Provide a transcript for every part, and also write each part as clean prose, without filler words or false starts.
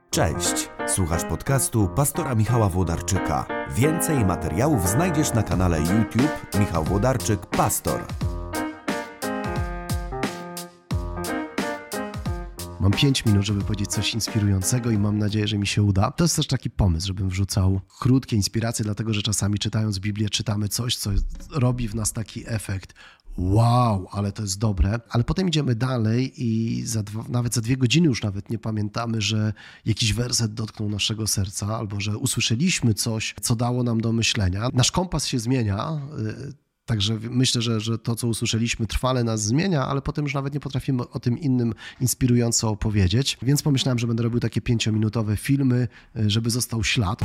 Cześć, słuchasz podcastu pastora Michała Włodarczyka. Więcej materiałów znajdziesz na kanale YouTube Michał Włodarczyk Pastor. Mam 5 minut, żeby powiedzieć coś inspirującego i mam nadzieję, że mi się uda. To jest też taki pomysł, żebym wrzucał krótkie inspiracje, dlatego że czasami czytając Biblię czytamy coś, co robi w nas taki efekt wow, ale to jest dobre. Ale potem idziemy dalej i nawet za 2 godziny już nawet nie pamiętamy, że jakiś werset dotknął naszego serca albo że usłyszeliśmy coś, co dało nam do myślenia. Nasz kompas się zmienia. Także myślę, że to, co usłyszeliśmy, trwale nas zmienia, ale potem już nawet nie potrafimy o tym innym inspirująco opowiedzieć. Więc pomyślałem, że będę robił takie 5-minutowe filmy, żeby został ślad.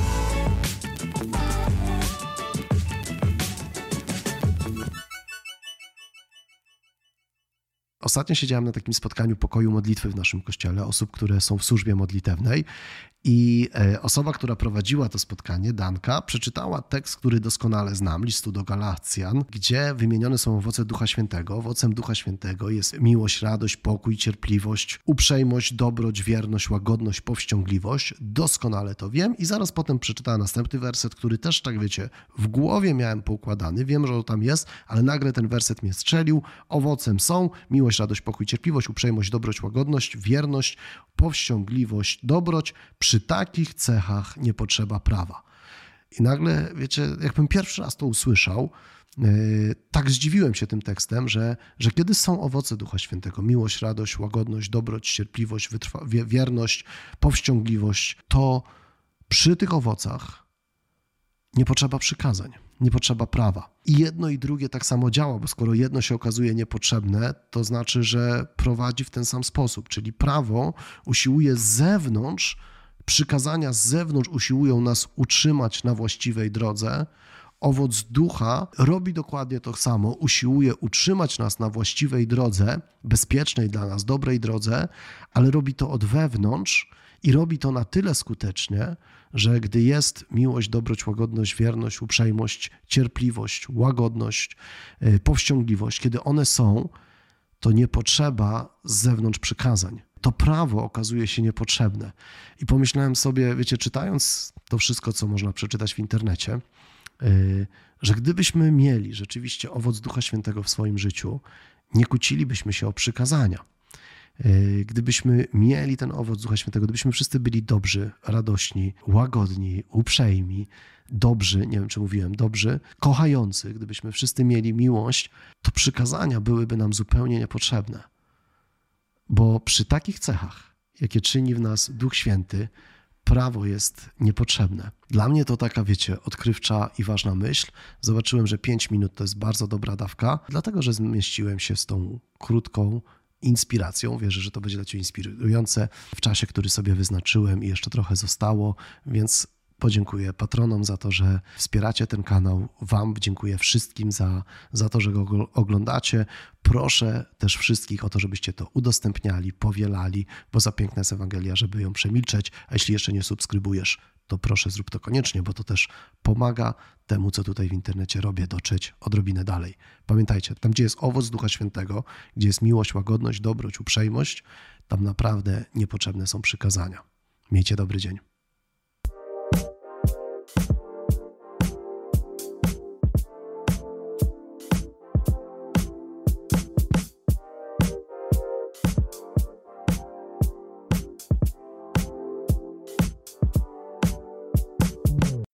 Ostatnio siedziałem na takim spotkaniu pokoju modlitwy w naszym kościele, osób, które są w służbie modlitewnej i osoba, która prowadziła to spotkanie, Danka, przeczytała tekst, który doskonale znam, listu do Galacjan, gdzie wymienione są owoce Ducha Świętego. Owocem Ducha Świętego jest miłość, radość, pokój, cierpliwość, uprzejmość, dobroć, wierność, łagodność, powściągliwość. Doskonale to wiem i zaraz potem przeczytała następny werset, który też, tak wiecie, w głowie miałem poukładany. Wiem, że on tam jest, ale nagle ten werset mnie strzelił. Owocem są miłość, radość, pokój, cierpliwość, uprzejmość, dobroć, łagodność, wierność, powściągliwość, dobroć. Przy takich cechach nie potrzeba prawa. I nagle, wiecie, jakbym pierwszy raz to usłyszał, tak zdziwiłem się tym tekstem, że kiedy są owoce Ducha Świętego, miłość, radość, łagodność, dobroć, cierpliwość, wierność, powściągliwość, to przy tych owocach nie potrzeba przykazań, nie potrzeba prawa. I jedno i drugie tak samo działa, bo skoro jedno się okazuje niepotrzebne, to znaczy, że prowadzi w ten sam sposób, czyli prawo usiłuje z zewnątrz, przykazania z zewnątrz usiłują nas utrzymać na właściwej drodze. Owoc ducha robi dokładnie to samo, usiłuje utrzymać nas na właściwej drodze, bezpiecznej dla nas, dobrej drodze, ale robi to od wewnątrz i robi to na tyle skutecznie, że gdy jest miłość, dobroć, łagodność, wierność, uprzejmość, cierpliwość, łagodność, powściągliwość, kiedy one są, to nie potrzeba z zewnątrz przykazań. To prawo okazuje się niepotrzebne. I pomyślałem sobie, wiecie, czytając to wszystko, co można przeczytać w internecie, że gdybyśmy mieli rzeczywiście owoc Ducha Świętego w swoim życiu, nie kłócilibyśmy się o przykazania. Gdybyśmy mieli ten owoc Ducha Świętego, gdybyśmy wszyscy byli dobrzy, radośni, łagodni, uprzejmi, dobrzy, nie wiem czy mówiłem, dobrzy, kochający, gdybyśmy wszyscy mieli miłość, to przykazania byłyby nam zupełnie niepotrzebne. Bo przy takich cechach, jakie czyni w nas Duch Święty, prawo jest niepotrzebne. Dla mnie to taka, wiecie, odkrywcza i ważna myśl. Zobaczyłem, że 5 minut to jest bardzo dobra dawka, dlatego że zmieściłem się z tą krótką inspiracją. Wierzę, że to będzie dla Ciebie inspirujące w czasie, który sobie wyznaczyłem i jeszcze trochę zostało, więc podziękuję patronom za to, że wspieracie ten kanał. Wam dziękuję wszystkim za to, że go oglądacie. Proszę też wszystkich o to, żebyście to udostępniali, powielali, bo za piękna jest Ewangelia, żeby ją przemilczeć. A jeśli jeszcze nie subskrybujesz, to proszę zrób to koniecznie, bo to też pomaga temu, co tutaj w internecie robię, dotrzeć odrobinę dalej. Pamiętajcie, tam gdzie jest owoc Ducha Świętego, gdzie jest miłość, łagodność, dobroć, uprzejmość, tam naprawdę niepotrzebne są przykazania. Miejcie dobry dzień.